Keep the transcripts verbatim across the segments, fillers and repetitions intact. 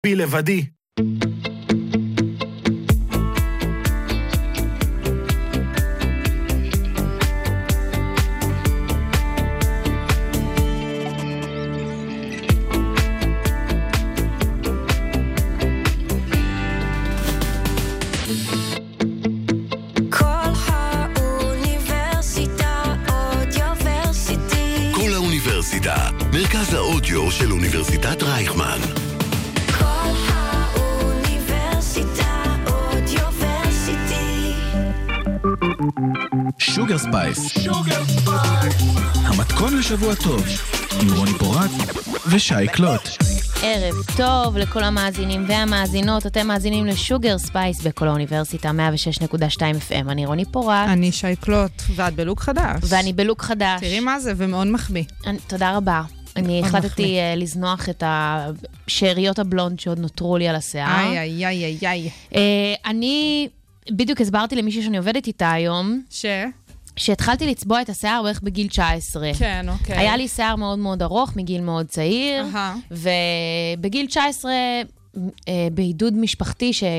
בי לבדי. מרכז האודיו של אוניברסיטת רייכמן. כל האוניברסיטה אודיוורסיטי. שוגר ספייס. המתכון לשבוע טוב. עם רוני פורט ושי קלוט. ערב טוב לכל המאזינים והמאזינות. אתם מאזינים לשוגר ספייס בכל האוניברסיטה מאה ושש נקודה שתיים אף אם. אני רוני פורט. אני שי קלוט, ואת בלוק חדש. ואני בלוק חדש. תראי מה זה, ומאוד מחביא. אני, תודה רבה. אני החלטתי uh, לזנוח את השאריות הבלונד שעוד נותרו לי על השיער. איי, איי, איי, איי, איי. Uh, אני בדיוק הסברתי למישהו שאני עובדת איתה היום. ש? שהתחלתי לצבוע את השיער בערך בגיל תשע עשרה. כן, אוקיי. היה לי שיער מאוד מאוד ארוך, מגיל מאוד צעיר. Uh-huh. ובגיל תשע עשרה, uh, בעידוד משפחתי ש...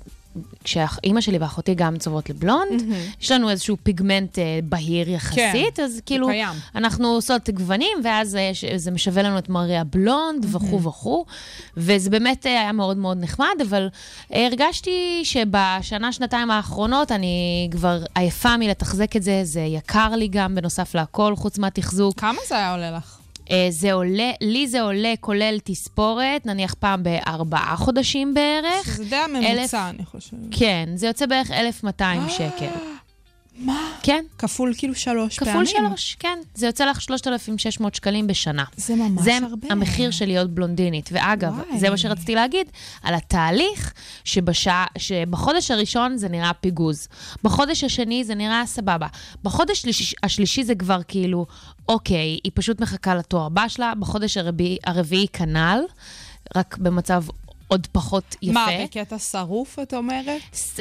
כשאמא שלי ואחותי גם צובעות לבלונד, mm-hmm. יש לנו איזשהו פיגמנט uh, בהיר יחסית, כן, אז כאילו, קיים. אנחנו עושות גוונים, ואז uh, זה משווה לנו את מראה הבלונד, mm-hmm. וכו' וכו', וזה באמת uh, היה מאוד מאוד נחמד, אבל uh, הרגשתי שבשנה, שנתיים האחרונות, אני כבר עייפה מלתחזק את זה, זה יקר לי גם, בנוסף להכל, חוץ מהתחזוק. כמה זה היה עולה לך? זה עולה, לי זה עולה כולל תספורת, נניח פעם בארבעה חודשים בערך. שזה די הממוצע, אני חושבת. כן, זה יוצא בערך אלף ומאתיים שקל. מה? כן. כפול כאילו שלוש כפול פעמים? כפול שלוש, כן. זה יוצא לך שלושת אלפים ושש מאות שקלים בשנה. זה ממש זה הרבה. זה המחיר של להיות בלונדינית. ואגב, וואי. זה מה שרציתי להגיד, על התהליך שבשע, שבחודש הראשון זה נראה פיגוז. בחודש השני זה נראה סבבה. בחודש השלישי, השלישי זה כבר כאילו, אוקיי, היא פשוט מחכה לתואר הבא שלה. בחודש הרביעי, הרביעי כנל, רק במצב עוד פחות יפה. מה, בקטע שרוף, את אומרת? ס...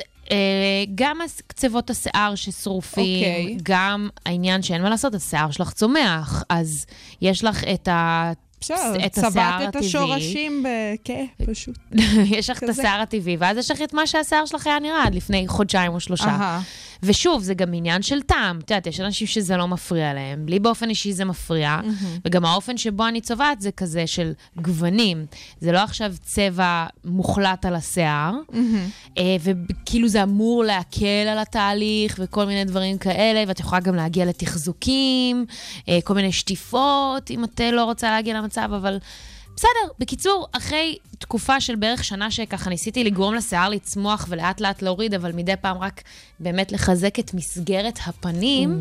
גם קצוות השיער ששרופים, okay. גם העניין שאין מה לעשות, השיער שלך צומח, אז יש לך את ה... את צבעת את השורשים בכיף, פשוט. יש לך את השיער הטבעי, ואז יש לך את מה שהשיער שלך היה נראה עד לפני חודשיים או שלושה. ושוב, זה גם עניין של טעם. את יודעת, יש אנשים שזה לא מפריע להם. לי באופן אישי זה מפריע, וגם האופן שבו אני צובעת זה כזה של גוונים. זה לא עכשיו צבע מוחלט על השיער, וכאילו זה אמור להקל על התהליך, וכל מיני דברים כאלה, ואת יכולה גם להגיע לתחזוקים, כל מיני שטיפות, אם את לא רוצה להגיע למצב, אבל בסדר. בקיצור, אחרי תקופה של בערך שנה שככה ניסיתי לגרום לשיער לצמוח ולאט לאט להוריד, אבל מדי פעם רק באמת לחזק את מסגרת הפנים,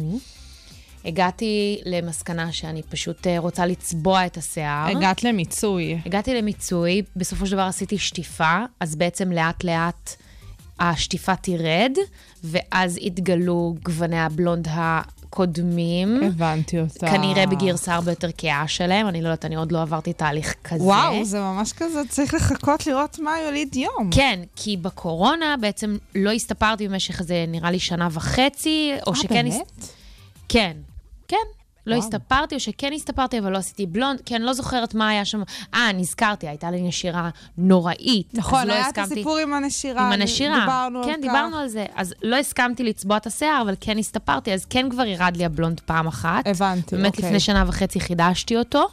הגעתי למסקנה שאני פשוט רוצה לצבוע את השיער. הגעת למיצוי. הגעתי למיצוי, בסופו של דבר עשיתי שטיפה, אז בעצם לאט לאט השטיפה תירד, ואז התגלו גווני הבלונד הקודמים. הבנתי אותה. כנראה בגרסה הרבה יותר קאה שלהם, אני לא יודעת, אני עוד לא עברתי תהליך כזה. וואו, זה ממש כזה, צריך לחכות לראות מה יוליד יום. כן, כי בקורונה בעצם לא הסתפרתי במשך איזה, נראה לי שנה וחצי, או אה, שכן... באמת? הס... כן, כן. לא הסתפרתי, או שכן הסתפרתי, אבל לא עשיתי בלונד, כי אני לא זוכרת מה היה שם. אה, נזכרתי, הייתה לי נשירה נוראית. נכון, היה את הסיפור עם הנשירה. עם הנשירה. דיברנו על כך. כן, דיברנו על זה. אז לא הסכמתי לצבוע את השיער, אבל כן הסתפרתי, אז כן כבר ירד לי הבלונד פעם אחת. הבנתי, באמת אוקיי. לפני שנה וחצי חידשתי אותו.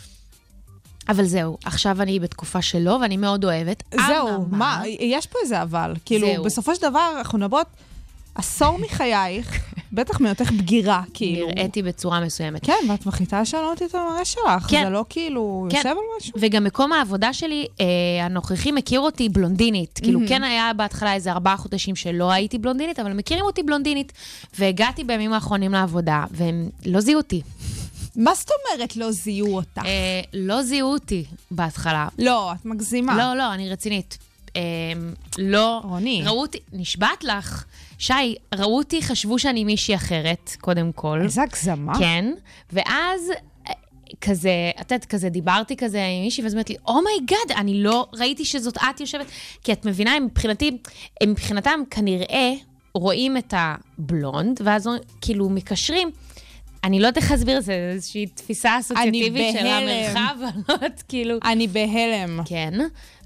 אבל זהו, עכשיו אני בתקופה שלו, ואני מאוד אוהבת. זהו, מה? יש פה איזה אבל. כאילו, בסופו של דבר, אנחנו נדברות עשור מחייך, בטח מיותך בגירה, כאילו. נראיתי בצורה מסוימת. כן, ואת מחליטה לשנות את המראה שלך. כן. זה לא כאילו כן. יושב על משהו. וגם מקום העבודה שלי, אה, הנוכחים מכיר אותי בלונדינית. Mm-hmm. כאילו, כן היה בהתחלה איזה ארבעה חודשים שלא הייתי בלונדינית, אבל מכירים אותי בלונדינית. והגעתי בימים האחרונים לעבודה, והם לא זיהו אותי. מה זאת אומרת לא זיהו אותך? אה, לא זיהו אותי בהתחלה. לא, את מגזימה. לא, לא, אני רצינית. אה, לא... רוני. ראו אותי, נשבעת לך. שי, ראו אותי, חשבו שאני מישהי אחרת, קודם כל. איזה הגזמה. כן, ואז כזה, את יודעת, כזה דיברתי כזה עם מישהי, ואז אומרת לי, אומייגאד, אני לא ראיתי שזאת את יושבת, כי את מבינה, מבחינתי, מבחינתם כנראה רואים את הבלונד, ואז כאילו מקשרים, אני לא יודעת איך להסביר, זה איזושהי תפיסה אסוציאטיבית של המרחב, כאילו... אני בהלם. כן.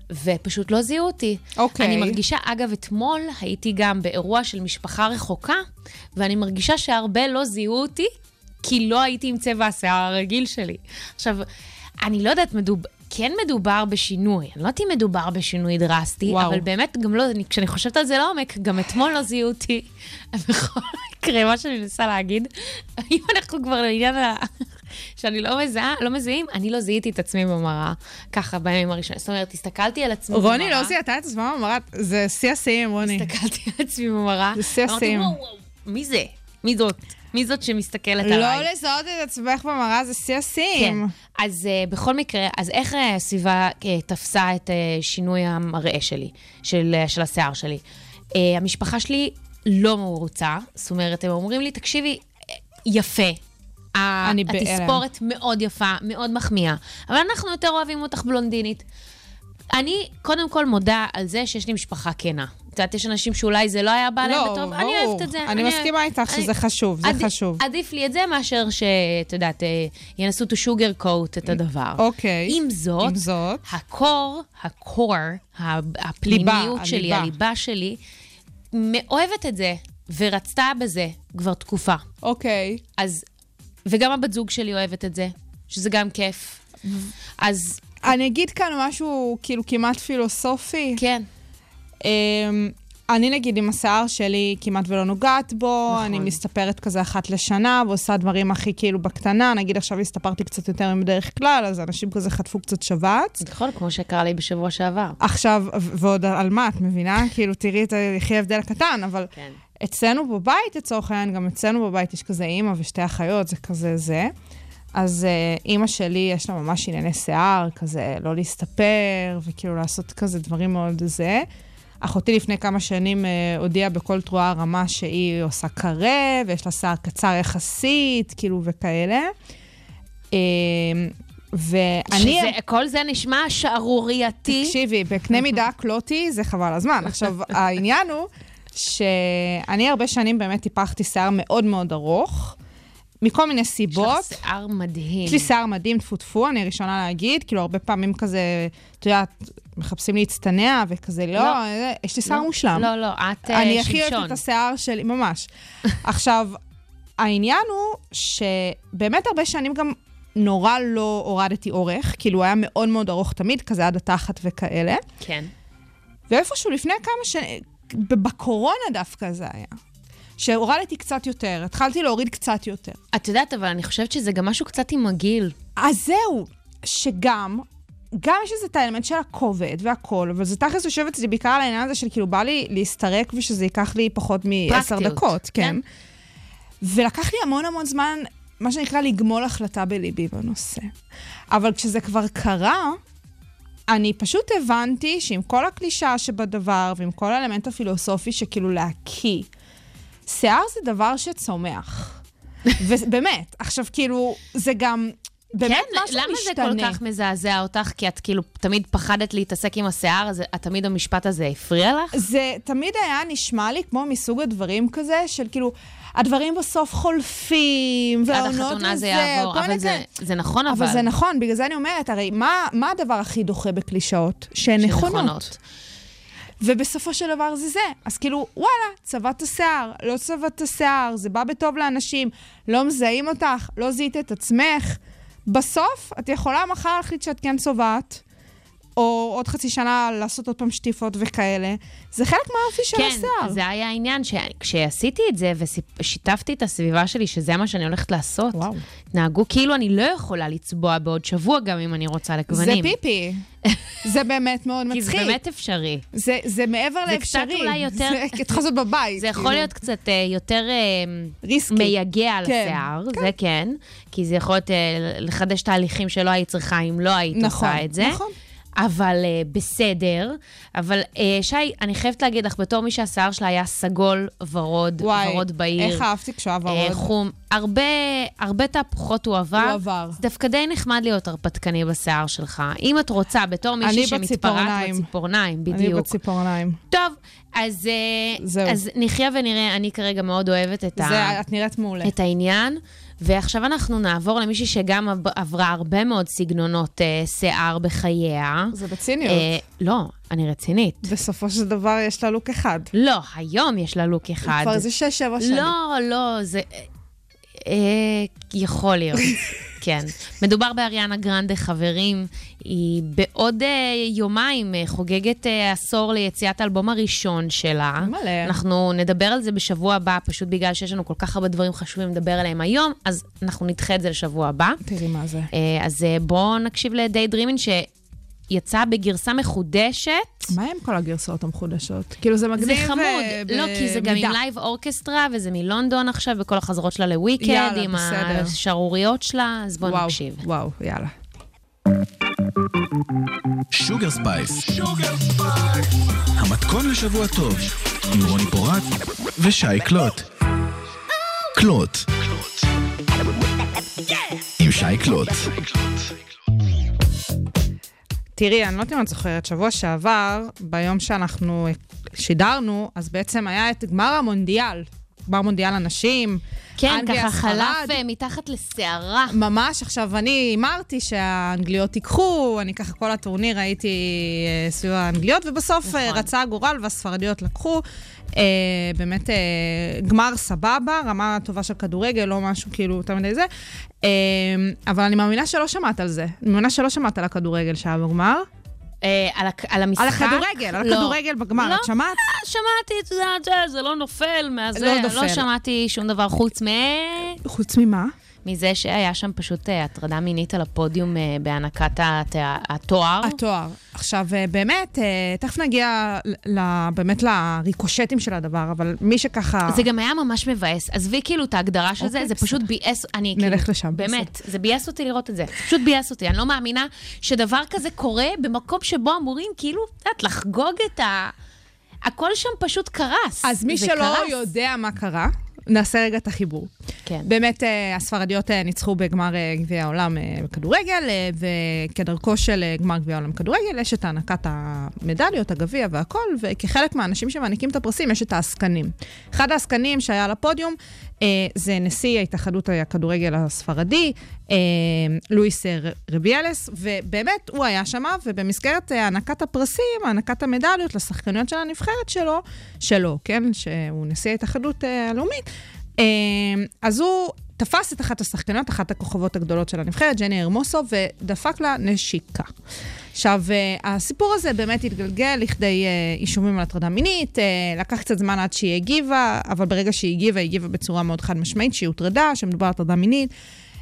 ופשוט לא זיהו אותי. אוקיי. אני מרגישה, אגב, אתמול הייתי גם באירוע של משפחה רחוקה, ואני מרגישה שהרבה לא זיהו אותי, כי לא הייתי עם צבע השיער הרגיל שלי. עכשיו, אני לא יודעת, מדוב... כן מדובר בשינוי. אני לא יודעת אם מדובר בשינוי דרסטי, וואו. אבל באמת, גם לא, כשאני חושבת על זה לעומק, גם אתמול לא זיהו אותי. בכל מקרה, מה שאני מנסה להגיד, אם אנחנו כבר לעניין ה... שאני לא מזהה, לא מזהים, אני לא זיהיתי את עצמי במראה, ככה בימים הראשונים. זאת אומרת, הסתכלתי על עצמי במראה. רוני לא זיהתה את עצמה במראה, זה שיא השיאים, רוני. הסתכלתי על עצמי במראה. זה שיא השיאים. אמרתי, וואו, וואו, מי זה? מי זאת? מי זאת שמסתכלת עליי? לא לזהות את עצמך במראה, זה שיא השיאים. כן, אז uh, בכל מקרה, אז איך הסביבה uh, תפסה את uh, שינוי המראה שלי, של, uh, של השיער שלי? Uh, המשפחה שלי לא מרוצה, זאת אומרת, הם אומרים לי, תקשיבי, יפה. אני בהלם. התספורת מאוד יפה, מאוד מחמיאה, אבל אנחנו יותר אוהבים אותך בלונדינית. אני קודם כל מודה על זה שיש לי משפחה כנה. את יודעת, יש אנשים שאולי זה לא היה בא להם בטוב, אני אוהבת את זה. אני מסכימה איתך שזה חשוב, זה חשוב. עדיף לי את זה מאשר שאת יודעת, ינסו to sugar coat את הדבר. אוקיי. עם זאת, הקור, הקור, הפנימיות שלי, הליבה שלי, מאוהבת את זה, ורצתה בזה כבר תקופה. אוקיי. אז, וגם הבת זוג שלי אוהבת את זה, שזה גם כיף. אז... אני אגיד כאן משהו כאילו כמעט פילוסופי. כן. אני נגיד עם השיער שלי כמעט ולא נוגעת בו, אני מסתפרת כזה אחת לשנה, ועושה דברים הכי כאילו בקטנה, נגיד עכשיו הסתפרתי קצת יותר מבדרך כלל, אז אנשים כזה חטפו קצת שבץ. נכון, כמו שקרה לי בשבוע שעבר. עכשיו, ועוד על מה, את מבינה? כאילו תראי את הכי הבדל הקטן, אבל אצלנו בבית, לצורך העניין, גם אצלנו בבית יש כזה אימא ושתי אחיות, זה כזה זה. אז uh, אימא שלי יש לה ממש ענייני שיער, כזה לא להסתפר, וכאילו לעשות כזה דברים מאוד זה. אחותי לפני כמה שנים uh, הודיעה בכל תרועה רמה שהיא עושה קרה, ויש לה שיער קצר יחסית, כאילו וכאלה. Uh, ואני... שזה, כל זה נשמע שערורייתי. תקשיבי, בקנה מידה קלוטי זה חבל הזמן. עכשיו, העניין הוא שאני הרבה שנים באמת טיפחתי שיער מאוד מאוד ארוך, מכל מיני סיבות. יש לך שיער מדהים. יש לי שיער מדהים, תפו-תפו, אני הראשונה להגיד, כאילו הרבה פעמים כזה, את יודעת, מחפשים להצטנע וכזה, לא, לא יש לי שיער לא, מושלם. לא, לא, את שמשון. אני הכי אוהבת את השיער שלי, ממש. עכשיו, העניין הוא שבאמת הרבה שנים גם נורא לא הורדתי אורך, כאילו היה מאוד מאוד ארוך תמיד, כזה עד התחת וכאלה. כן. ואיפשהו לפני כמה שנים, בקורונה דווקא זה היה. שהורדתי קצת יותר, התחלתי להוריד קצת יותר. את יודעת, אבל אני חושבת שזה גם משהו קצת עם הגיל. אז זהו, שגם, גם יש איזה את האלמנט של הכובד והכל, אבל זה תכלס יושבת, זה בעיקר על העניין הזה של כאילו בא לי להסתרק ושזה ייקח לי פחות מעשר דקות, כן. כן. ולקח לי המון המון זמן, מה שנקרא לגמול החלטה בליבי בנושא. אבל כשזה כבר קרה, אני פשוט הבנתי שעם כל הקלישה שבדבר, ועם כל האלמנט הפילוסופי שכאילו להקיא, שיער זה דבר שצומח. ובאמת, עכשיו כאילו, זה גם באמת כן, משהו למה משתנה. זה כל כך מזעזע אותך? כי את כאילו תמיד פחדת להתעסק עם השיער, אז את תמיד המשפט הזה הפריע לך? זה תמיד היה נשמע לי כמו מסוג הדברים כזה, של כאילו, הדברים בסוף חולפים, עד החתונה זה יעבור, אבל זה, זה נכון אבל. אבל זה נכון, בגלל זה אני אומרת, הרי מה, מה הדבר הכי דוחה בקלישאות? שהן נכונות. נכונות. ובסופו של דבר זה זה. אז כאילו, וואלה, צבעת השיער, לא צבעת השיער, זה בא בטוב לאנשים, לא מזהים אותך, לא זיהית את עצמך. בסוף, את יכולה מחר להחליט שאת כן צובעת, או עוד חצי שנה לעשות עוד פעם שטיפות וכאלה. זה חלק מהאופי של השיער. כן, זה היה העניין, כשעשיתי את זה ושיתפתי את הסביבה שלי, שזה מה שאני הולכת לעשות, וואו. נהגו כאילו אני לא יכולה לצבוע בעוד שבוע גם אם אני רוצה לכוונים. זה פיפי. זה באמת מאוד מצחיק. כי זה באמת אפשרי. זה, זה מעבר זה לאפשרי. זה קצת אולי יותר... זה כתך זאת בבית. זה יכול כאילו. להיות קצת uh, יותר uh, מייגע על כן. השיער, כן. זה כן. כי זה יכול להיות uh, לחדש תהליכים שלא היית צריכה אם לא היית נכון, עושה את זה. נכון. אבל uh, בסדר, אבל uh, שי, אני חייבת להגיד לך, בתור מי שהשיער שלה היה סגול ורוד, וואי, ורוד בעיר. איך אהבתי כשהוא ורוד. Uh, חום, הרבה, הרבה תהפוכות הוא עבר. הוא עבר. זה דווקא די נחמד להיות הרפתקני בשיער שלך. אם את רוצה, בתור מישהי שמתפרט בציפורניים, בדיוק. אני בציפורניים. טוב, אז, uh, אז נחיה ונראה, אני כרגע מאוד אוהבת את, זה, ה... את נראית מעולה. את העניין. ועכשיו אנחנו נעבור למישהי שגם עברה הרבה מאוד סגנונות אה, שיער בחייה. זה בציניות. אה, לא, אני רצינית. בסופו של דבר יש לה לוק אחד. לא, היום יש לה לוק אחד. כבר זה שש, שבע שנים. לא, לא, זה... אה, יכול להיות. כן. מדובר באריאנה גרנדה, חברים. היא בעוד אה, יומיים אה, חוגגת אה, עשור ליציאת האלבום הראשון שלה. מלא. אנחנו נדבר על זה בשבוע הבא, פשוט בגלל שיש לנו כל כך הרבה דברים חשובים לדבר עליהם היום, אז אנחנו נדחה את זה לשבוע הבא. תראי מה זה. אה, אז אה, בואו נקשיב ל-Daydreamin' שיצא בגרסה מחודשת. מה עם כל הגרסאות המחודשות? כאילו זה מגניב זה חמוד. ב- לא, כי זה גם עם לייב אורקסטרה, וזה מלונדון עכשיו, וכל החזרות שלה לוויקד, יאללה, עם בסדר. השרוריות שלה, אז בואו וואו, נקשיב. וואו, יאללה. שוגר ספייס. המתכון לשבוע טוב, עם רוני פורט ושי קלוט. קלוט. עם שי קלוט. תראי, אני לא יודעת אם את זוכרת, שבוע שעבר, ביום שאנחנו שידרנו, אז בעצם היה את גמר המונדיאל, גמר מונדיאל הנשים. כן, אנגליה, ככה ספרד. חלף מתחת לשערה. ממש, עכשיו אני אמרתי שהאנגליות ייקחו, אני ככה כל הטורניר הייתי אה, סביב האנגליות, ובסוף נכון. אה, רצה הגורל והספרדיות לקחו. אה, באמת אה, גמר סבבה, רמה טובה של כדורגל, לא משהו כאילו תמיד זה. אה, אבל אני מאמינה שלא שמעת על זה. אני מאמינה שלא שמעת על הכדורגל שהיה בגמר. אה, על, הכ- על המשחק? על הכדורגל, על לא. הכדורגל בגמר, לא. את שמעת? אה, שמעתי, את יודעת, זה לא נופל מהזה. לא נופל. לא שמעתי שום דבר חוץ מ... חוץ ממה? מזה שהיה שם פשוט אה, הטרדה מינית על הפודיום אה, בהענקת הת- התואר. התואר. עכשיו, אה, באמת, אה, תכף נגיע ל- באמת לריקושטים של הדבר, אבל מי שככה... זה גם היה ממש מבאס. עזבי כאילו את ההגדרה של זה, אוקיי, זה בסדר. פשוט ביאס, אני נלך כאילו, לשם, באמת, זה ביאס אותי לראות את זה. פשוט ביאס אותי. אני לא מאמינה שדבר כזה קורה במקום שבו אמורים כאילו, את יודעת, לחגוג את ה... הכל שם פשוט קרס. אז מי זה שלא קרס. יודע מה קרה, נעשה רגע את החיבור. כן. באמת, אה, הספרדיות אה, ניצחו בגמר אה, גביע העולם אה, בכדורגל, אה, וכדרכו של אה, גמר גביע העולם בכדורגל, יש את הענקת המדליות, הגביע והכל, וכחלק מהאנשים שמעניקים את הפרסים, יש את העסקנים. אחד העסקנים שהיה על הפודיום, אה, זה נשיא ההתאחדות הכדורגל הספרדי, אה, לואיס רביאלס, ובאמת הוא היה שם, ובמסגרת אה, הענקת הפרסים, הענקת המדליות לשחקניות של הנבחרת שלו, שלו, כן? שהוא נשיא ההתאחדות אה, הלאומית, אז הוא תפס את אחת השחקניות, אחת הכוכבות הגדולות של הנבחרת, ג'ני הרמוסו, ודפק לה נשיקה. עכשיו, הסיפור הזה באמת התגלגל לכדי אישומים על הטרדה מינית, לקח קצת זמן עד שהיא הגיבה, אבל ברגע שהיא הגיבה, היא הגיבה בצורה מאוד חד משמעית, שהיא הוטרדה, שמדובר על הטרדה מינית.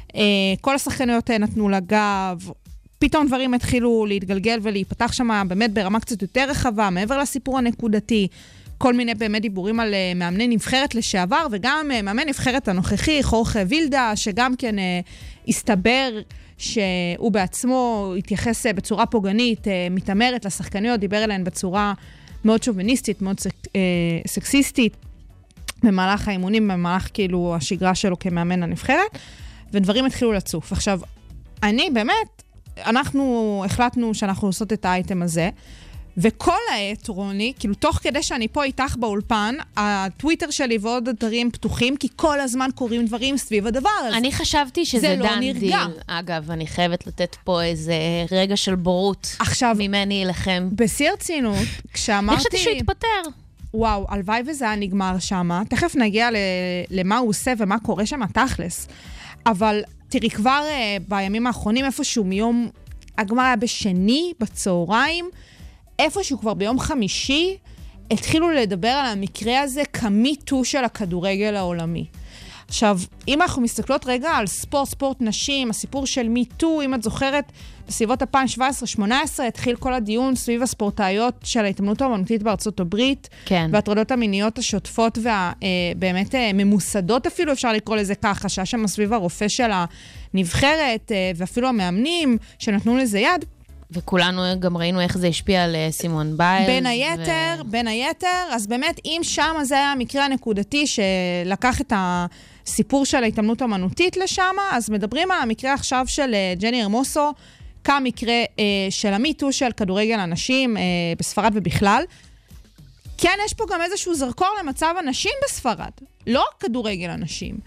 כל השחקניות נתנו לה גב, פתאום דברים התחילו להתגלגל ולהיפתח שם באמת ברמה קצת יותר רחבה, מעבר לסיפור הנקודתי, כל מיני באמת דיבורים על uh, מאמני נבחרת לשעבר, וגם uh, מאמן נבחרת הנוכחי, חורכה וילדה, שגם כן uh, הסתבר שהוא בעצמו התייחס uh, בצורה פוגענית, uh, מתאמרת לשחקניות, דיבר אליהן בצורה מאוד שוביניסטית, מאוד סק, uh, סקסיסטית, במהלך האימונים, במהלך כאילו השגרה שלו כמאמן הנבחרת, ודברים התחילו לצוף. עכשיו, אני באמת, אנחנו החלטנו שאנחנו עושות את האייטם הזה, וכל העת, רוני, כאילו תוך כדי שאני פה איתך באולפן, הטוויטר שלי ועוד דברים פתוחים, כי כל הזמן קורים דברים סביב הדבר הזה. אני חשבתי שזה לא דן נרגע. דיל. אגב, אני חייבת לתת פה איזה רגע של בורות עכשיו, ממני אליכם. בשיא הרצינות, כשאמרתי... אני חשבתי שהוא התפטר. וואו, הלוואי וזה היה נגמר שמה. תכף נגיע ל- למה הוא עושה ומה קורה שם תכלס. אבל תראי, כבר uh, בימים האחרונים, איפשהו מיום... הגמר היה בשני, בצהריים, איפשהו כבר ביום חמישי, התחילו לדבר על המקרה הזה כמיטו של הכדורגל העולמי. עכשיו, אם אנחנו מסתכלות רגע על ספורט, ספורט נשים, הסיפור של מיטו, אם את זוכרת, בסביבות אלפיים שבע עשרה שמונה עשרה, התחיל כל הדיון סביב הספורטאיות של ההתאמנות האמנותית בארצות הברית, כן. והטרדות המיניות השוטפות והבאמת ממוסדות אפילו, אפשר לקרוא לזה ככה, שהיה שם סביב הרופא של הנבחרת, ואפילו המאמנים שנתנו לזה יד, וכולנו גם ראינו איך זה השפיע על סימון ביילס. בין היתר, ו... בין היתר, אז באמת, אם שם זה היה המקרה הנקודתי שלקח את הסיפור של ההתאמנות האמנותית לשם, אז מדברים על המקרה עכשיו של ג'ני הרמוסו, כמקרה אה, של המיטו של כדורגל הנשים אה, בספרד ובכלל. כן, יש פה גם איזשהו זרקור למצב הנשים בספרד, לא כדורגל הנשים.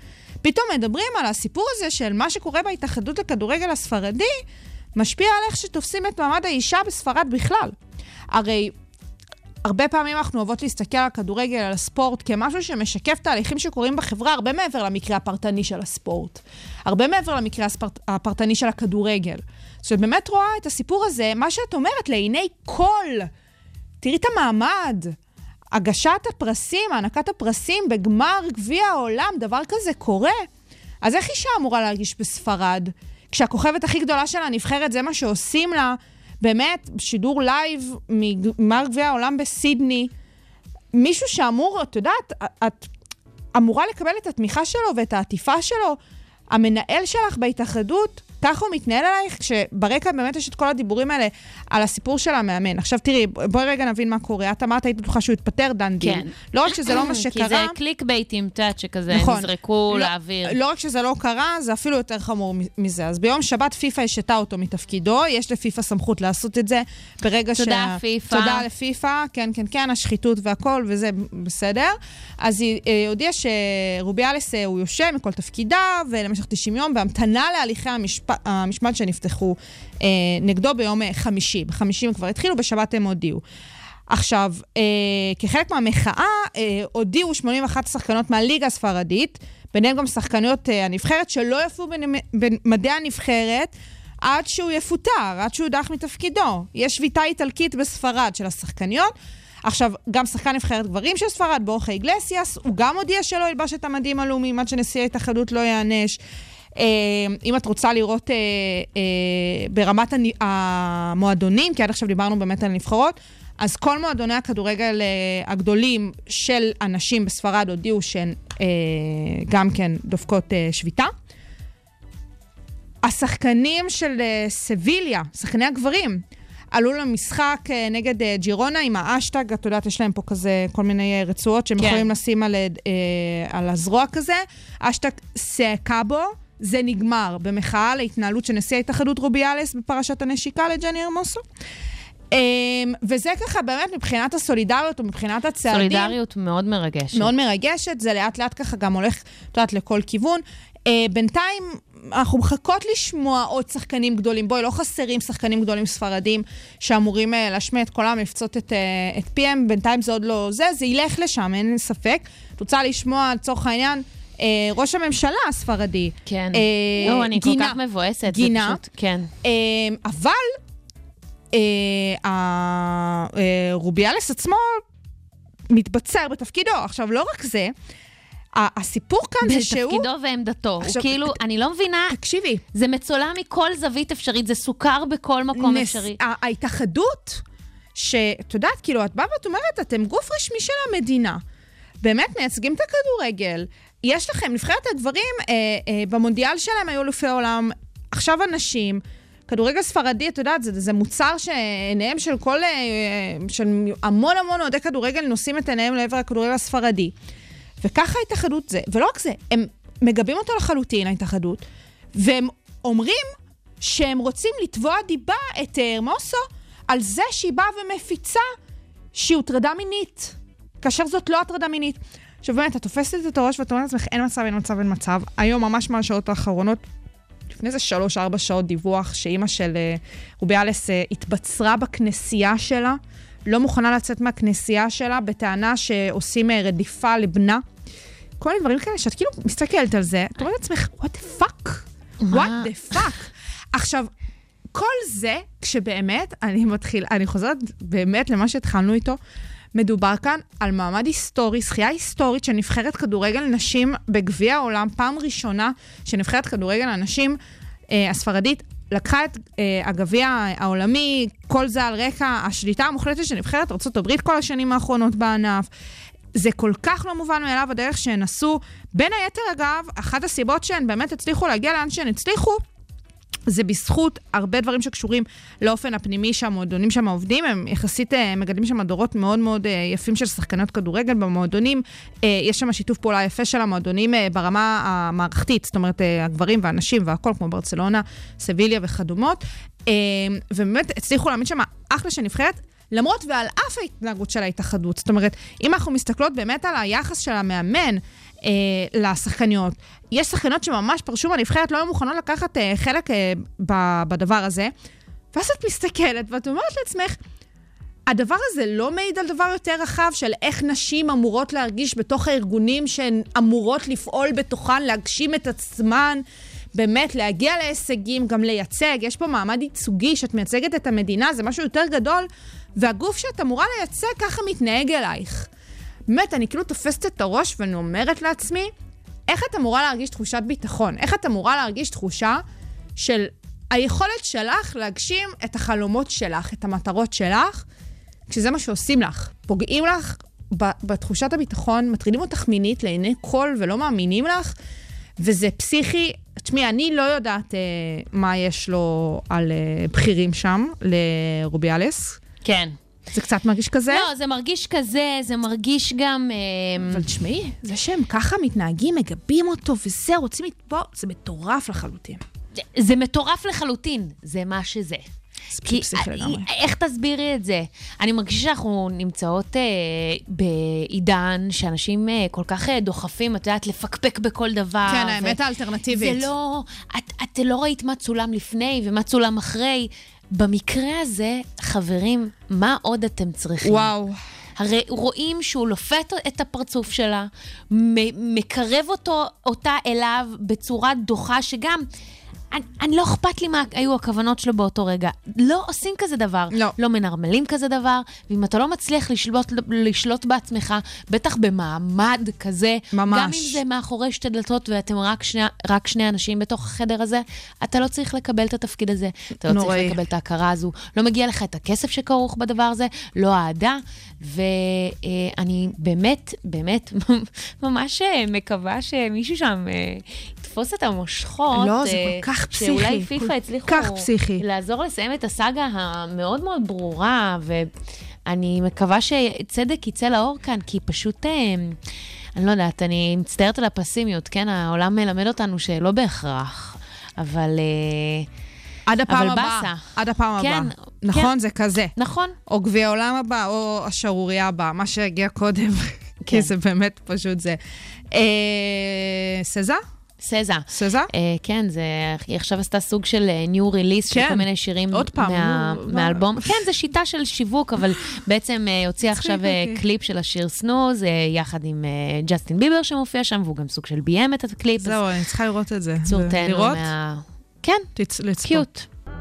פתאום מדברים על הסיפור הזה של מה שקורה בהתאחדות לכדורגל הספרדי, משפיע על איך שתופסים את מעמד האישה בספרד בכלל. הרי הרבה פעמים אנחנו אוהבות להסתכל על הכדורגל, על הספורט, כמשהו שמשקף תהליכים שקורים בחברה, הרבה מעבר למקרה הפרטני של הספורט. הרבה מעבר למקרה הספרט, הפרטני של הכדורגל. זאת באמת רואה את הסיפור הזה, מה שאת אומרת, לעיני כל. תראי את המעמד. הגשת הפרסים, הענקת הפרסים בגמר גביע העולם, דבר כזה קורה. אז איך אישה אמורה להרגיש בספרד? כשהכוכבת הכי גדולה שלה נבחרת, זה מה שעושים לה, באמת, שידור לייב מגמר גביע העולם בסידני, מישהו שאמור, את יודעת, את אמורה לקבל את התמיכה שלו ואת העטיפה שלו, המנהל שלך בהתאחדות, ככה הוא מתנהל עלייך, כשברקע באמת יש את כל הדיבורים האלה על הסיפור של המאמן. עכשיו תראי, בואי רגע נבין מה קורה. את אמרת, היית בטוחה שהוא התפטר, דן דיל. כן. לא רק שזה לא מה שקרה. כי זה קליק בייטים, תת, שכזה נכון. נזרקו לא, לאוויר. לא רק שזה לא קרה, זה אפילו יותר חמור מזה. אז ביום שבת פיפה השתה אותו מתפקידו, יש לפיפה סמכות לעשות את זה ברגע תודה, שה... פיפה. תודה לפיפה, כן, כן, כן, השחיתות והכל, וזה בסדר. אז היא אה, הודיעה שרוביאלס הוא יושב מכל תפקידה, ולמשך תשעים יום, בהמתנה להליכי המשפ... המשמעת שנפתחו אה, נגדו ביום חמישי. בחמישי הם כבר התחילו, בשבת הם הודיעו. עכשיו, אה, כחלק מהמחאה, אה, הודיעו שמונים ואחת שחקנות מהליגה הספרדית, ביניהם גם שחקניות אה, הנבחרת, שלא יפו במדעי הנבחרת, עד שהוא יפוטר, עד שהוא יודח מתפקידו. יש שביתה איטלקית בספרד של השחקניות. עכשיו, גם שחקן נבחרת גברים של ספרד, בורחה איגלסיאס, הוא גם הודיע שלא ילבש את המדים הלאומיים, עד שנשיא ההתאחדות לא יענש. אם את רוצה לראות ברמת המועדונים, כי עד עכשיו דיברנו באמת על נבחרות, אז כל מועדוני הכדורגל הגדולים של אנשים בספרד הודיעו שהן גם כן דופקות שביתה. השחקנים של סביליה, שחקני הגברים, עלו למשחק נגד ג'ירונה עם האשטג, את יודעת, יש להם פה כזה כל מיני רצועות שהם כן. יכולים לשים על, על הזרוע כזה. אשטג סקאבו, זה נגמר במחאה להתנהלות של נשיא ההתאחדות רוביאלס בפרשת הנשיקה לג'ני הרמוסו. וזה ככה באמת מבחינת הסולידריות או מבחינת הצעדים. סולידריות מאוד מרגשת. מאוד מרגשת, זה לאט לאט ככה גם הולך, את יודעת, לכל כיוון. בינתיים אנחנו מחכות לשמוע עוד שחקנים גדולים. בואי, לא חסרים שחקנים גדולים ספרדים שאמורים להשמיע את קולם, לפצות את, את פיהם. בינתיים זה עוד לא זה, זה ילך לשם, אין ספק. את רוצה לשמוע לצורך העניין, ראש הממשלה הספרדי. כן. לא, אני כל כך מבואסת. גינה. כן. אבל רוביאלס עצמו מתבצר בתפקידו. עכשיו, לא רק זה, הסיפור כאן זה שהוא... בתפקידו ועמדתו. כאילו, אני לא מבינה... תקשיבי. זה מצולם מכל זווית אפשרית, זה סוכר בכל מקום אפשרי. ההתאחדות, שאת יודעת, כאילו, את באה ואת אומרת, אתם גוף רשמי של המדינה, באמת מייצגים את הכדורגל, יש לכם, נבחרת הגברים, אה, אה, במונדיאל שלהם היו אלופי העולם, עכשיו אנשים, כדורגל ספרדי, את יודעת, זה, זה מוצר שעיניהם של כל, אה, של המון המון אוהדי כדורגל נושאים את עיניהם לעבר הכדורגל הספרדי. וככה ההתאחדות זה, ולא רק זה, הם מגבים אותו לחלוטין, ההתאחדות, והם אומרים שהם רוצים לתבוע דיבה את הרמוסו על זה שהיא באה ומפיצה שהיא הוטרדה מינית, כאשר זאת לא הטרדה מינית. עכשיו באמת, את תופסת את הראש ואת אומרת לעצמך, אין מצב, אין מצב, אין מצב. היום ממש מהשעות האחרונות, לפני זה שלוש, ארבע שעות דיווח, שאימא של רוביאלס התבצרה בכנסייה שלה, לא מוכנה לצאת מהכנסייה שלה, בטענה שעושים רדיפה לבנה. כל מיני דברים כאלה, שאת כאילו מסתכלת על זה, את אומרת לעצמך, what the fuck? what the fuck? עכשיו, כל זה, כשבאמת, אני מתחיל, אני חוזרת באמת למה שהתחלנו איתו, מדובר כאן על מעמד היסטורי, זכייה היסטורית שנבחרת כדורגל נשים בגביע העולם, פעם ראשונה שנבחרת כדורגל הנשים אה, הספרדית, לקחה את אה, הגביע העולמי, כל זה על רקע השליטה המוחלטת שנבחרת ארצות הברית כל השנים האחרונות בענף. זה כל כך לא מובן מאליו הדרך שהן עשו. בין היתר אגב, אחת הסיבות שהן באמת הצליחו להגיע לאן שהן הצליחו, זה בזכות הרבה דברים שקשורים לאופן הפנימי שהמועדונים שם עובדים, הם יחסית מגדלים שם דורות מאוד מאוד יפים של שחקנות כדורגל במועדונים, יש שם שיתוף פעולה יפה של המועדונים ברמה המערכתית, זאת אומרת הגברים והנשים והכל, כמו ברצלונה, סביליה וכדומות, ובאמת הצליחו להעמיד שם אחלה שנבחרת, למרות ועל אף ההתנהגות של ההתאחדות. זאת אומרת, אם אנחנו מסתכלות באמת על היחס של המאמן אה, לשחקניות, יש שחקניות שממש פרשו מהנבחרת, לא היו מוכנות לקחת אה, חלק אה, בדבר הזה, ואז את מסתכלת ואת אומרת לעצמך, הדבר הזה לא מעיד על דבר יותר רחב של איך נשים אמורות להרגיש בתוך הארגונים שהן אמורות לפעול בתוכן, להגשים את עצמן, באמת להגיע להישגים, גם לייצג. יש פה מעמד ייצוגי שאת מייצגת את המדינה, זה משהו יותר גדול, והגוף שאת אמורה לייצג ככה מתנהג אלייך. באמת, אני כאילו תופסת את הראש ואני אומרת לעצמי, איך את אמורה להרגיש תחושת ביטחון? איך את אמורה להרגיש תחושה של היכולת שלך להגשים את החלומות שלך, את המטרות שלך, כשזה מה שעושים לך. פוגעים לך בתחושת הביטחון, מטרידים אותך מינית לעיני כל ולא מאמינים לך, וזה פסיכי. תשמעי, אני לא יודעת אה, מה יש לו על אה, בחירים שם, לרוביאלס. כן. זה קצת מרגיש כזה? לא, זה מרגיש כזה, זה מרגיש גם... אה... אבל תשמעי, זה שהם ככה מתנהגים, מגבים אותו וזה, רוצים לתבוא, זה מטורף לחלוטין. זה, זה מטורף לחלוטין, זה מה שזה. כי, איך תסבירי את זה? אני מרגישה שאנחנו נמצאות אה, בעידן שאנשים אה, כל כך אה, דוחפים, את יודעת, לפקפק בכל דבר. כן, האמת האלטרנטיבית. זה לא, את, את לא ראית מה צולם לפני ומה צולם אחרי. במקרה הזה, חברים, מה עוד אתם צריכים? וואו. הרי רואים שהוא לופת את הפרצוף שלה, מקרב אותו, אותה אליו בצורה דוחה שגם... אני, אני לא אכפת לי מה היו הכוונות שלו באותו רגע. לא עושים כזה דבר. לא. לא מנרמלים כזה דבר, ואם אתה לא מצליח לשלוט, לשלוט בעצמך, בטח במעמד כזה, ממש. גם אם זה מאחורי שתי דלתות, ואתם רק שני, רק שני אנשים בתוך החדר הזה, אתה לא צריך לקבל את התפקיד הזה, אתה לא נוראי. צריך לקבל את ההכרה הזו, לא מגיע לך את הכסף שכרוך בדבר הזה, לא העדה, ואני באמת, באמת, ממש מקווה שמישהו שם יתפוס את המושכות. לא, זה כל כך פסיכי. שאולי פיפה הצליחו לעזור לסיים את הסאגה המאוד מאוד ברורה, ואני מקווה שצדק יצא לאור כאן, כי פשוט, אני לא יודעת, אני מצטערת על הפסימיות, כן? העולם מלמד אותנו שלא בהכרח, אבל... עד הפעם אבל הבאה. בסה. עד הפעם כן, הבאה. נכון, כן. זה כזה. נכון. או גביע העולם הבא, או השערוריה הבאה, מה שהגיע קודם. כן. כי זה באמת פשוט זה. אה, סזה? סזה. סזה? אה, כן, זה, היא עכשיו עשתה סוג של ניו ריליס, כן. של כל מיני שירים עוד פעם, מה, הוא... מהאלבום. כן, זה שיטה של שיווק, אבל בעצם אה, הוציאה עכשיו אה, קליפ של השיר סנוז, אה, יחד עם אה, ג'סטין ביבר שמופיע שם, והוא גם סוג של ביים את הקליפ. זהו, אני צריכה לראות את זה. צור תנו לראות? מה... כן, תצ... לצפות. קיוט.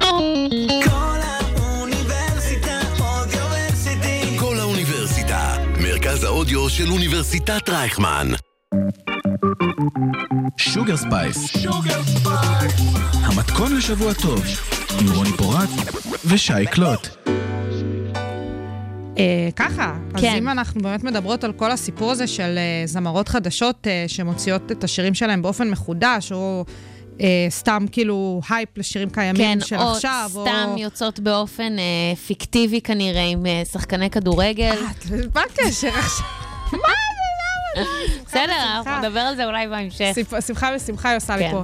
כל האוניברסיטה, מרכז האודיו של אוניברסיטת רייכמן. שוגר ספייס, המתכון לשבוע טוב, עם רוני פורט ושי קלוט. ככה, אז אם אנחנו באמת מדברות על כל הסיפור הזה של זמרות חדשות שמוציאות את השירים שלהם באופן מחודש, או סתם כאילו הייפ לשירים קיימים של עכשיו, או סתם יוצאות באופן פיקטיבי כנראה עם שחקני כדורגל. מה קשר עכשיו? מה זה? בסדר, אנחנו נדבר על זה אולי בהמשך. שמחה ושמחה היא עושה לי פה.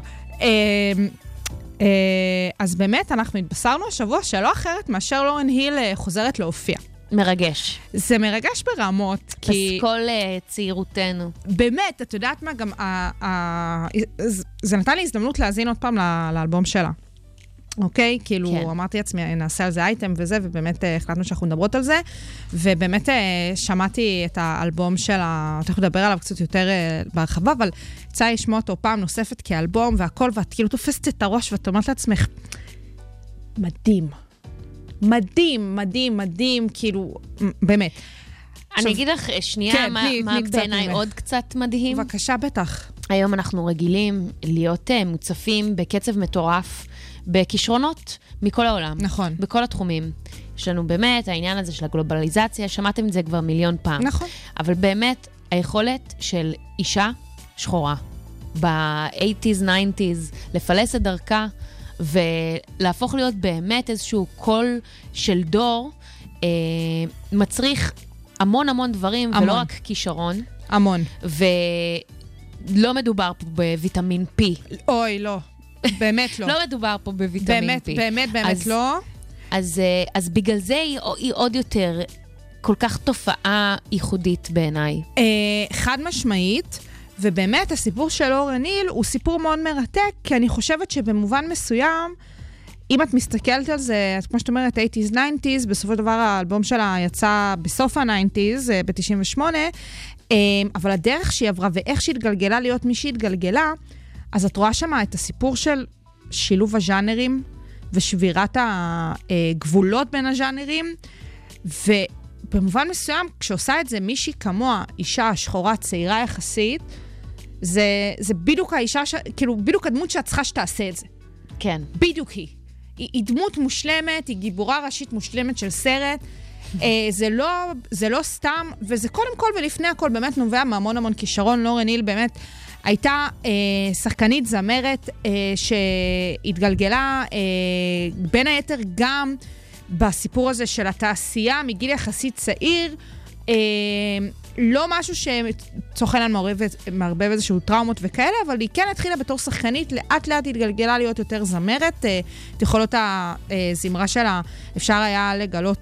אז באמת אנחנו התבשרנו השבוע שלא אחרת מאשר לורן היל חוזרת להופיע. מרגש. זה מרגש ברמות, כי... פסקול צעירותנו. באמת, את יודעת מה, גם... זה נתן לי הזדמנות להזין עוד פעם לאלבום שלה. אוקיי? כאילו, אמרתי לעצמי, נעשה על זה אייטם וזה, ובאמת החלטנו שאנחנו מדברות על זה, ובאמת שמעתי את האלבום שלה, תכף לדבר עליו קצת יותר בהרחבה, אבל יצא לשמוע אותו פעם נוספת כאלבום והכל, ואת כאילו תופסת את הראש, ואת אומרת לעצמך, מדהים. מדהים, מדהים, מדהים, כאילו, באמת. אני אגיד לך שנייה, מה בעיניי עוד קצת מדהים? בבקשה, בטח. היום אנחנו רגילים להיות מוצפים בקצב מטורף, בכישרונות מכל העולם. נכון. בכל התחומים. יש לנו באמת העניין הזה של הגלובליזציה, שמעתם את זה כבר מיליון פעם. נכון. אבל באמת, היכולת של אישה שחורה, ב-שמונים, תשעים, לפלס את דרכה, ולהפוך להיות באמת איזשהו קול של דור, אה, מצריך המון המון דברים, המון. ולא רק כישרון. המון. ולא מדובר פה בוויטמין פי. אוי, לא. באמת לא. לא מדובר פה בוויטמין באמת, פי. באמת, באמת אז... לא. אז, אז בגלל זה היא, היא עוד יותר כל כך תופעה ייחודית בעיניי. חד משמעית, ובאמת הסיפור של לורן היל הוא סיפור מאוד מרתק, כי אני חושבת שבמובן מסוים, אם את מסתכלת על זה, אז כמו שאת אומרת, שמונים תשעים, בסופו של דבר האלבום שלה יצא בסוף ה-תשעים, ב-תשעים ושמונה, אבל הדרך שהיא עברה ואיך שהיא התגלגלה להיות מי שהיא התגלגלה, אז את רואה שמה את הסיפור של שילוב הז'אנרים ושבירת הגבולות בין הז'אנרים, ובמובן מסוים, כשעושה את זה מישהי כמוה, אישה שחורה צעירה יחסית, זה, זה בדיוק האישה, ש... כאילו בדיוק הדמות שאת צריכה שתעשה את זה. כן. בדיוק היא. היא, היא דמות מושלמת, היא גיבורה ראשית מושלמת של סרט, אה, זה, לא, זה לא סתם, וזה קודם כל ולפני הכל באמת נובע מהמון המון כישרון. לורן היל באמת הייתה אה, שחקנית זמרת אה, שהתגלגלה אה, בין היתר גם בסיפור הזה של התעשייה מגיל יחסית צעיר, אה, לא משהו שצוחנן מערבב איזשהו טראומות וכאלה, אבל היא כן התחילה בתור שחקנית, לאט לאט התגלגלה להיות יותר זמרת, את יכולות הזמרה שלה אפשר היה לגלות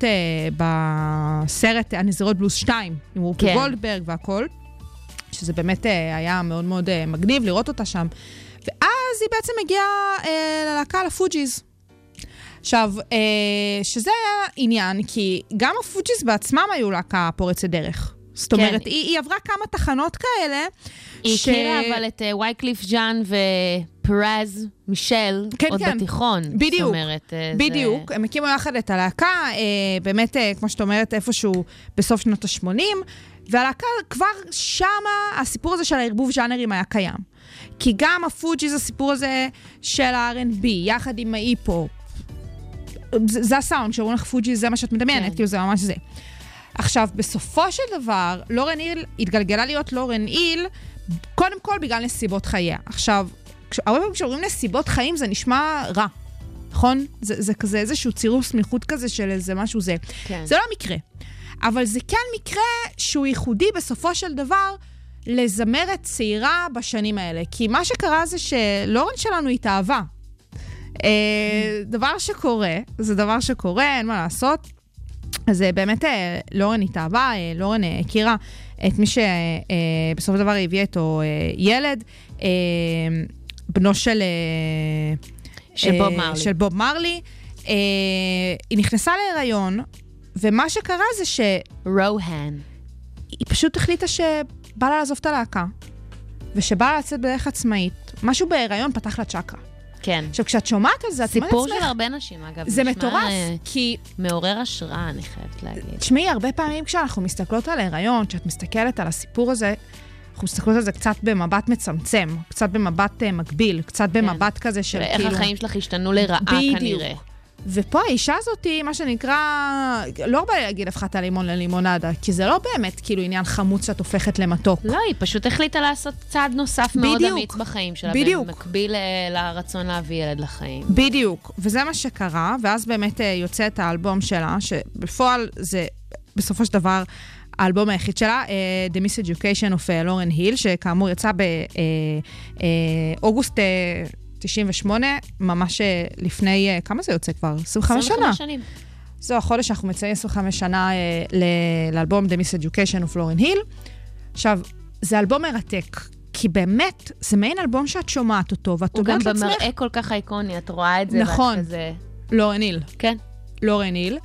בסרט הנזירות בלוס שתיים, עם וופי גולדברג והכל, שזה באמת היה מאוד מאוד מגניב לראות אותה שם, ואז היא בעצם הגיעה ללהקה לפוג'יז. עכשיו, שזה היה עניין, כי גם הפוג'יז בעצמם היו להקה פורצת דרך. זאת אומרת, כן. היא, היא עברה כמה תחנות כאלה. היא ש... הכירה אבל את uh, וייקליף ג'אן ופרז מישל, כן, עוד כן. בתיכון. בדיוק, זאת אומרת, בדיוק. זה... הם הקימו יחד את הלהקה, אה, באמת, אה, כמו שאת אומרת, איפשהו בסוף שנות ה-שמונים, והלהקה כבר שמה, הסיפור הזה של הערבוב ז'אנרים היה קיים. כי גם הפוג'יז, הסיפור הזה של ה-אר אנד בי, יחד עם ההיפ-הופ, זה, זה הסאונד, שאומרים לך פוג'יז, זה מה שאת מדמיינת, כן. כאילו זה ממש זה. עכשיו, בסופו של דבר, לורן היל התגלגלה להיות לורן היל, קודם כל בגלל נסיבות חייה. עכשיו, הרבה פעמים כשאומרים נסיבות חיים, זה נשמע רע, נכון? זה, זה כזה איזשהו צירוף סמיכות כזה של איזה משהו זה. כן. זה לא מקרה. אבל זה כן מקרה שהוא ייחודי בסופו של דבר לזמרת צעירה בשנים האלה. כי מה שקרה זה שלורן שלנו התאהבה. דבר שקורה, זה דבר שקורה, אין מה לעשות. אז באמת לורן התאהבה, לורן הכירה את מי שבסוף הדבר הביא איתו ילד, בנו של, של בוב מרלי. של בוב מרלי. היא נכנסה להיריון, ומה שקרה זה ש... רוהן. היא פשוט החליטה שבא לה לעזוב את הלהקה, ושבא לה לצאת בדרך עצמאית. משהו בהיריון פתח לה צ'קרה. כן. עכשיו, כשאת שומעת על זה, את אומרת סיפור של הרבה נשים, אגב. זה מטורף, כי... מעורר השראה, אני חייבת להגיד. תשמעי, הרבה פעמים כשאנחנו מסתכלות על ההיריון, כשאת מסתכלת על הסיפור הזה, אנחנו מסתכלות על זה קצת במבט מצמצם, קצת במבט מקביל, קצת במבט כזה של כאילו... איך החיים שלך השתנו לרעה כנראה. ופה האישה הזאת היא, מה שנקרא, לא הרבה להגיד הפכת הלימון ללימונדה, כי זה לא באמת כאילו עניין חמוץ שאת הופכת למתוק. לא, היא פשוט החליטה לעשות צעד נוסף מאוד אמיץ בחיים שלה, בדיוק. במקביל לרצון להביא ילד לחיים. בדיוק, וזה מה שקרה, ואז באמת יוצא את האלבום שלה, שבפועל זה בסופו של דבר האלבום היחיד שלה, uh, The Miseducation of Loryn Hill, שכאמור יצא באוגוסט uh, uh, תשעים ושמונה, ממש לפני, כמה זה יוצא כבר? עשרים וחמש שנה. שנים. זו החודש שאנחנו מציינים עשרים וחמש שנה לאלבום The Miseducation of Loryn Hill. עכשיו, זה אלבום מרתק, כי באמת, זה מעין אלבום שאת שומעת אותו, ואת אומרת לעצמך... הוא גם במראה כל כך אייקוני, את רואה את זה. נכון. לורן היל. כן. לורן היל.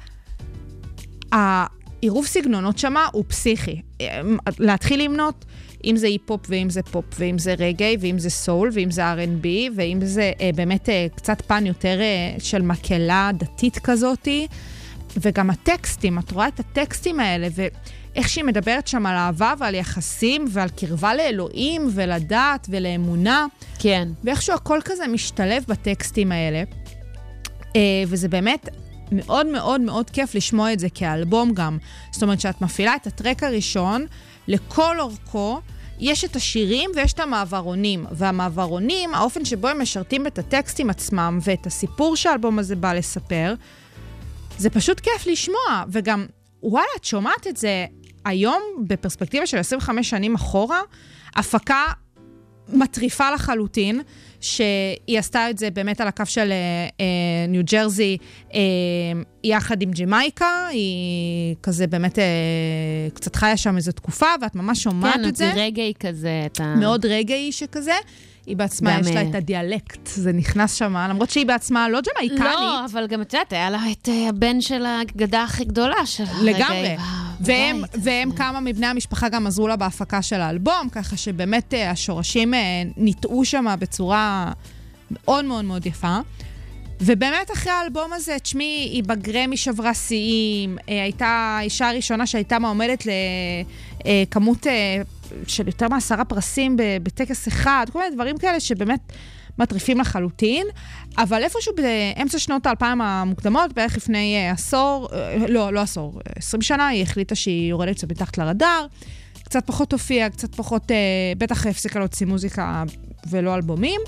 העירוב סגנונות שמה הוא פסיכי. להתחיל למנות... אם זה היפ-הופ, ואם זה פופ, ואם זה רגעי, ואם זה סול, ואם זה אר אנד בי, ואם זה אה, באמת אה, קצת פן יותר אה, של מקהלה דתית כזאת, וגם הטקסטים, את רואה את הטקסטים האלה, ואיך שהיא מדברת שם על אהבה ועל יחסים, ועל קרבה לאלוהים, ולדת, ולאמונה. כן. ואיכשהו הכל כזה משתלב בטקסטים האלה, אה, וזה באמת... מאוד מאוד מאוד כיף לשמוע את זה כאלבום גם. זאת אומרת שאת מפעילה את הטרק הראשון, לכל אורכו, יש את השירים ויש את המעברונים. והמעברונים, האופן שבו הם משרתים את הטקסטים עצמם, ואת הסיפור שהאלבום הזה בא לספר, זה פשוט כיף לשמוע. וגם, וואלה, את שומעת את זה היום, בפרספקטיבה של עשרים וחמש שנים אחורה, הפקה מטריפה לחלוטין, שהיא עשתה את זה באמת על הקו של ניו ג'רזי, יחד עם ג'מייקה, היא כזה באמת קצת חיה שם איזו תקופה, ואת ממש שומעת את זה. כן, זה רגעי כזה. מאוד רגעי שכזה. היא בעצמה, יש לה את הדיאלקט, זה נכנס שם, למרות שהיא בעצמה לא ג'מייקנית. לא, אבל גם את יודעת, היה לה את הבן של הגדה הכי גדולה של הרגעי. לגמרי. והם, והם כמה מבני המשפחה גם עזרו לה בהפקה של האלבום, ככה שבאמת השורשים ניטעו שם בצורה מאוד מאוד מאוד יפה. ובאמת אחרי האלבום הזה, תשמעי, היא בגרמי שברה שיאים, הייתה האישה הראשונה שהייתה מעומדת לכמות של יותר מעשרה פרסים בטקס אחד, כל מיני דברים כאלה שבאמת מטריפים לחלוטין, אבל איפשהו באמצע שנות האלפיים המוקדמות, בערך לפני עשור, לא, לא עשור, עשרים שנה, היא החליטה שהיא יורדת קצת מתחת לרדאר, קצת פחות הופיע, קצת פחות, בטח הפסיקה להוציא מוזיקה ולא אלבומים,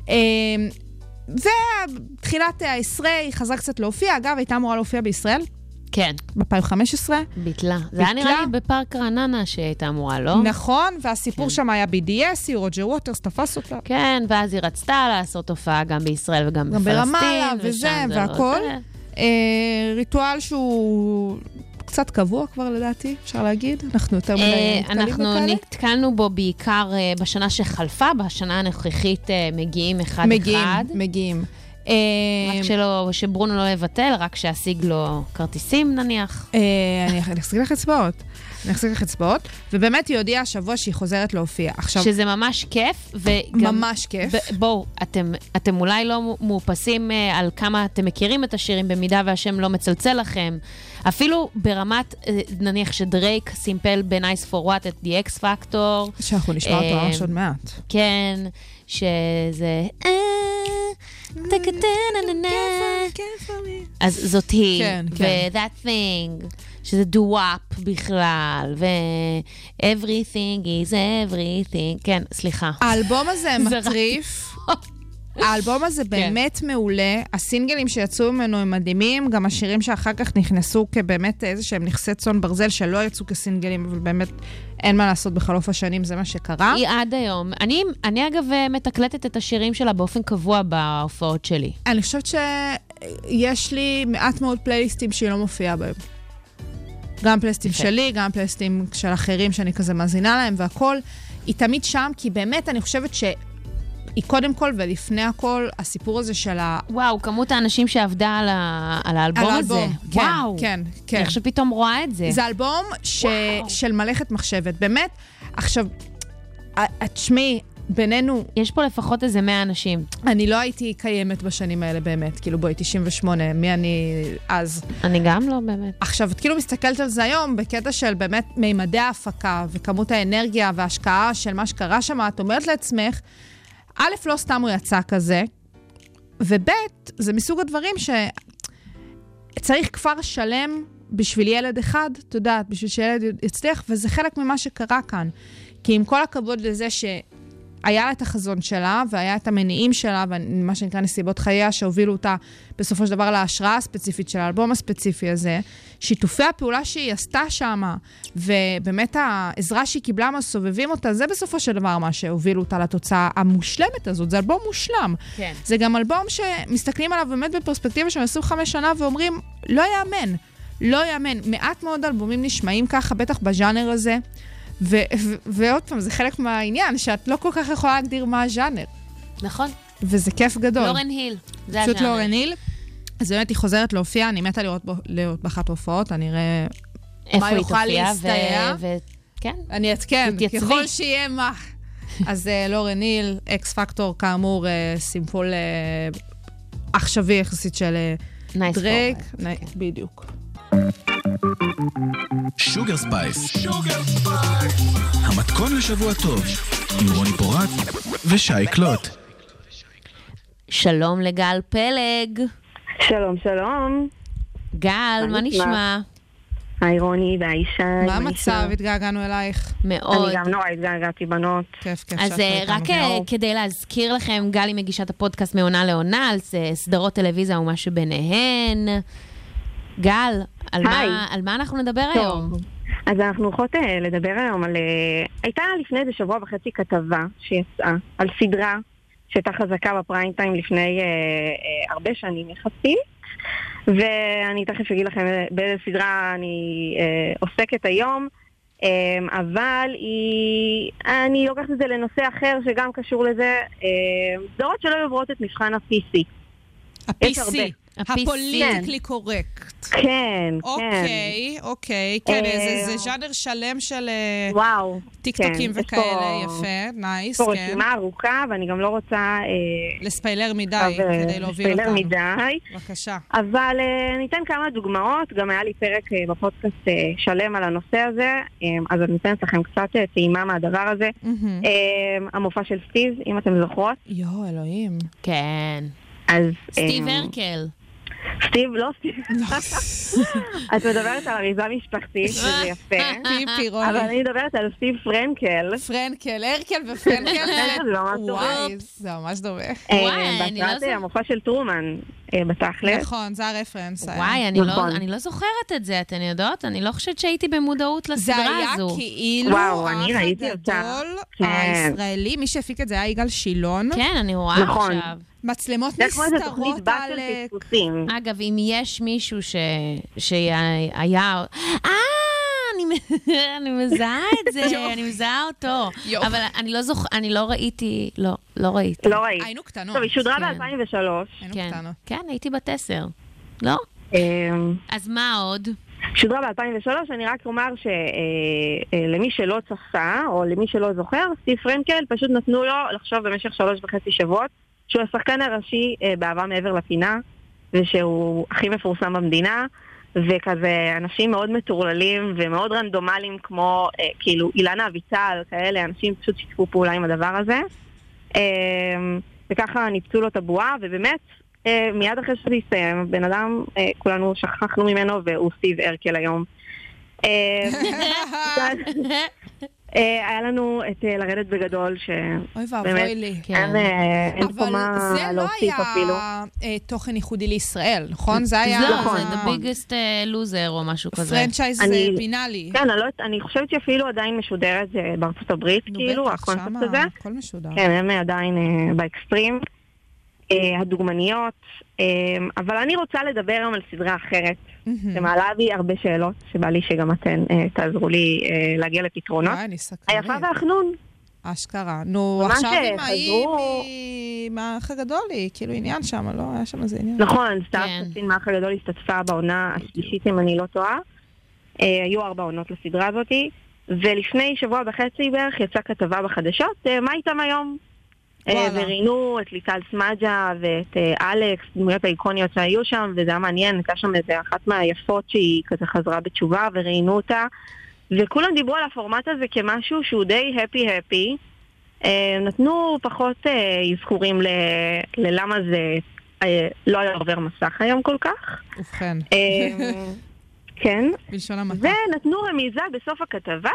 ותחילת העשרה היא חזרה קצת להופיע, אגב, הייתה אמורה להופיע בישראל, כן. ב-אלפיים וחמש עשרה. ביטלה. זה היה נראה לי בפארק רעננה שהייתה אמורה, לא? נכון, והסיפור שם היה בי די אס, רוג'ר ווטרס תפס אותה. כן, ואז היא רצתה לעשות הופעה גם בישראל וגם בפלסטין. גם ברמאללה וזה, והכל. ריטואל שהוא קצת קבוע כבר לדעתי, אפשר להגיד. אנחנו יותר מדי נתקלים בכאלה. אנחנו נתקלנו בו בעיקר בשנה שחלפה, בשנה הנוכחית מגיעים אחד אחד. מגיעים, מגיעים. רק שלא, שברונו לא יבטל, רק שישיג לו כרטיסים נניח. אני אחזיק לך אצבעות. אני אחזיק לך אצבעות, ובאמת היא הודיעה השבוע שהיא חוזרת להופיע. שזה ממש כיף, וגם... ממש כיף. בואו, אתם אולי לא מאופסים על כמה אתם מכירים את השירים, במידה והשם לא מצלצל לכם. אפילו ברמת, נניח שדרייק סימפל ב-Nice for What את The X Factor. שאנחנו נשמע אותו ממש עוד מעט. כן, שזה... אז זאת היא, ו-That Thing, שזה דו-וואפ בכלל, ו-Everything is everything, כן, סליחה. האלבום הזה מטריף, האלבום הזה באמת מעולה, הסינגלים שיצאו ממנו הם מדהימים, גם השירים שאחר כך נכנסו כבאמת איזה שהם נכסי צאן ברזל, שלא יצאו כסינגלים, אבל באמת אין מה לעשות בחלוף השנים, זה מה שקרה. היא עד היום. אני, אני אגב מתקלטת את השירים שלה באופן קבוע בהופעות שלי. אני חושבת שיש לי מעט מאוד פלייליסטים שהיא לא מופיעה בהם. גם פלייליסטים שלי, גם פלייליסטים של אחרים שאני כזה מאזינה להם והכל. היא תמיד שם, כי באמת אני חושבת ש... היא קודם כל ולפני הכל, הסיפור הזה של ה... וואו, כמות האנשים שעבדה על, ה... על האלבום על הזה. האלבום, כן, וואו. כן, כן. אני חושב פתאום רואה את זה. זה אלבום ש... של מלאכת מחשבת. באמת, עכשיו, תשמעי, בינינו... יש פה לפחות איזה מאה אנשים. אני לא הייתי קיימת בשנים האלה באמת, כאילו בואי, תשעים ושמונה, מי אני אז? אני גם לא באמת. עכשיו, את כאילו מסתכלת על זה היום, בקטע של באמת מימדי ההפקה, וכמות האנרגיה וההשקעה של מה שקרה שם, את אומרת לעצמך, א', לא סתם הוא יצא כזה, וב', זה מסוג הדברים שצריך כפר שלם בשביל ילד אחד, אתה יודעת, בשביל שילד יצליח, וזה חלק ממה שקרה כאן. כי עם כל הכבוד לזה שהיה לה את החזון שלה, והיה את המניעים שלה, ומה שנקרא נסיבות חייה, שהובילו אותה בסופו של דבר להשראה הספציפית של האלבום הספציפי הזה, שיתופי הפעולה שהיא עשתה שם, ובאמת העזרה שהיא קיבלה מהסובבים אותה, זה בסופו של דבר מה שהובילו אותה לתוצאה המושלמת הזאת. זה אלבום מושלם. כן. זה גם אלבום שמסתכלים עליו באמת בפרספקטיבה של עשרים וחמש שנה, ואומרים, לא יאמן, לא יאמן. מעט מאוד אלבומים נשמעים ככה, בטח בז'אנר הזה, ו- ו- ועוד פעם, זה חלק מהעניין, שאת לא כל כך יכולה להגדיר מה הז'אנר. נכון. וזה כיף גדול. לורן היל, זה הז'אנר. פשוט לורן היל. אז באמת היא חוזרת להופיע, אני מתה לראות, לראות באחת הופעות, אני אראה מה יוכל להסתייע. ו- ו- כן. אני אתכן, ככל שיהיה מה. אז לורן היל, אקס פקטור, כאמור, סימפול עכשווי יחסית של דרייק. בדיוק. שוגר ספייס, המתכון לשבוע טוב, עם רוני פורט ושי קלוט. שלום לגל פלג. שלום, שלום. גל, מה נשמע? היי רוני והי שי. מה המצב? התגעגענו אלייך. מאוד. אני גם נורא התגעגעתי בנות. כיף, כיף. אז רק כדי להזכיר לכם, גל היא מגישת הפודקאסט מעונה לעונה, על סדרות טלוויזיה ומה שביניהן. גל, על מה, על מה אנחנו נדבר טוב. היום? אז אנחנו הולכות אה, לדבר היום על... אה, הייתה לפני איזה שבוע וחצי כתבה שיצאה על סדרה שהייתה חזקה בפריים טיים לפני אה, אה, הרבה שנים יחסית, ואני תכף אגיד לכם באיזה סדרה אני אה, עוסקת היום, אה, אבל היא... אני לוקחת את זה לנושא אחר שגם קשור לזה, אה, סדרות שלא עוברות את מבחן ה-פי סי. ה-פי סי. הפוליטיקלי קורקט. כן, כן. אוקיי, אוקיי. כן, זה ז'אנר שלם של טיקטוקים וכאלה, יפה, נייס, כן. פה רשימה ארוכה, ואני גם לא רוצה... לספיילר מדי, כדי להוביל אותנו. לספיילר מדי. בבקשה. אבל ניתן כמה דוגמאות, גם היה לי פרק בפודקאסט שלם על הנושא הזה, אז אני נותנת לכם קצת טעימה מהדבר הזה. המופע של סטיב, אם אתם זוכרות. יו, אלוהים. כן. אז... סטיב הרקל. סטיב, לא סטיב. את מדברת על אריזה משפחתית, וזה יפה. פיפי, רוני. אבל אני מדברת על סטיב פרנקל. פרנקל, הרקל ופרנקל. זה ממש דומה. וואי, זה ממש דומה. וואי, אני לא זוכרת. המופע של טרומן, בתכלס. נכון, זה הרפרנס. וואי, אני לא זוכרת את זה, אתן יודעות? אני לא חושבת שהייתי במודעות לסדרה הזו. זה היה כאילו האח הגדול הישראלי, מי שהפיק את זה היה יגאל שילון. כן, אני רואה עכשיו. מצלמות נסתרות על... אגב, אם יש מישהו שהיה... אה, אני מזהה את זה, אני מזהה אותו. אבל אני לא זוכר, אני לא ראיתי, לא, לא ראיתי. לא ראיתי. היינו קטנות. טוב, היא שודרה ב-אלפיים ושלוש. היינו קטנות. כן, הייתי בת עשר. לא? אז מה עוד? שודרה ב-אלפיים ושלוש, אני רק אומר שלמי שלא צפה, או למי שלא זוכר, סטיב פרנקל פשוט נתנו לו לחשוב במשך שלוש וחצי שבועות, שהוא השחקן הראשי באהבה מעבר לפינה, ושהוא הכי מפורסם במדינה, וכזה אנשים מאוד מטורללים ומאוד רנדומליים, כמו כאילו אילנה אביטל, כאלה, אנשים פשוט שיתפו פעולה עם הדבר הזה. וככה ניפצו לו את הבועה, ובאמת, מיד אחרי שזה יסיים, בן אדם, כולנו שכחנו ממנו, והוא סטיב הרקל היום. היה לנו את לרדת בגדול, שבאמת אין פה מה להוסיף אפילו. זה לא היה תוכן ייחודי לישראל, נכון? זה היה... זה the biggest loser או משהו כזה. פרנצ'ייז פינאלי. כן, אני חושבת שאפילו עדיין משודרת בארצות הברית, כאילו, הקונספט הזה. הכל משודר. כן, הם עדיין באקסטרים. הדוגמניות, אבל אני רוצה לדבר היום על סדרה אחרת, שמעלה בי הרבה שאלות, שבא לי שגם אתן תעזרו לי להגיע לפתרונות. היפה והחנון. אשכרה. נו, עכשיו עם האי מהאח הגדול היא, כאילו עניין שם, לא? היה שם איזה עניין. נכון, סטארט קצין מהאח הגדול הסתתפה בעונה השלישית, אם אני לא טועה. היו ארבע עונות לסדרה הזאת, ולפני שבוע וחצי בערך יצאה כתבה בחדשות, מה איתם היום? וראינו את ליטל סמאג'ה ואת אלכס, דמויות האיקוניות שהיו שם, וזה היה מעניין, הייתה שם איזה אחת מהיפות שהיא כזה חזרה בתשובה, וראינו אותה, וכולם דיברו על הפורמט הזה כמשהו שהוא די הפי-הפי, נתנו פחות אזכורים ללמה זה לא היה עובר מסך היום כל כך. ובכן. כן. בלשון המעטה. ונתנו רמיזה בסוף הכתבה,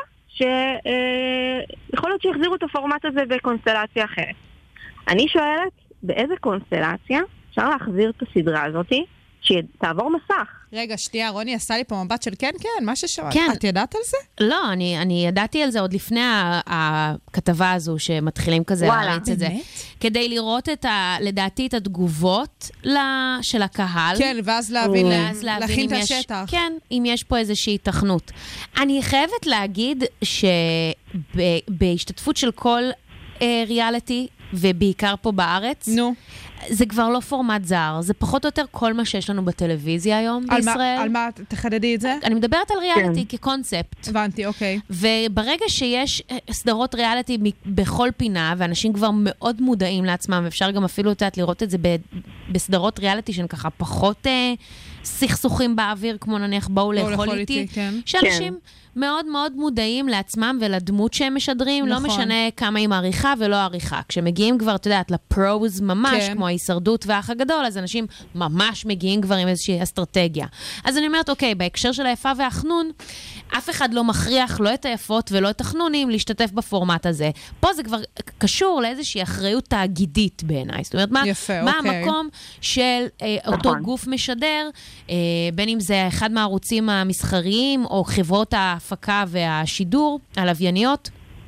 שיכול להיות שיחזירו את הפורמט הזה בקונסטלציה אחרת. אני שואלת, באיזה קונסטלציה אפשר להחזיר את הסדרה הזאת שתעבור מסך? רגע, שנייה, רוני עשה לי פה מבט של כן, כן, מה ששמעת. כן. את ידעת על זה? לא, אני, אני ידעתי על זה עוד לפני הכתבה הזו, שמתחילים כזה להריץ את זה. כדי לראות את ה, לדעתי, את התגובות של הקהל. כן, ואז להבין, ואז להבין להכין את יש, השטח. כן, אם יש פה איזושהי תכנות. אני חייבת להגיד שבהשתתפות של כל אה, ריאליטי, ובעיקר פה בארץ, נו. זה כבר לא פורמט זר, זה פחות או יותר כל מה שיש לנו בטלוויזיה היום על בישראל. מה, על מה, תחדדי את זה? אני מדברת על ריאליטי כן. כקונספט. הבנתי, אוקיי. וברגע שיש סדרות ריאליטי בכל פינה, ואנשים כבר מאוד מודעים לעצמם, ואפשר גם אפילו לתת לראות את זה בסדרות ריאליטי שהן ככה פחות אה, סכסוכים באוויר, כמו נניח באו לאכול איתי, כן. שאנשים כן. מאוד מאוד מודעים לעצמם ולדמות שהם משדרים, נכון. לא משנה כמה היא מעריכה ולא עריכה. כשמגיעים כבר, אתה יודעת, לפרוז ממש, כן. כמו ההישרדות והאח הגדול, אז אנשים ממש מגיעים כבר עם איזושהי אסטרטגיה. אז אני אומרת, אוקיי, בהקשר של היפה והחנון, אף אחד לא מכריח לא את היפות ולא את החנונים להשתתף בפורמט הזה. פה זה כבר קשור לאיזושהי אחריות תאגידית בעיניי. זאת אומרת, מה, יפה, מה אוקיי. המקום של אה, אותו נכון. גוף משדר בין אם זה אחד מהערוצים המסחריים, או חברות ההפקה והשידור, הלווייניות,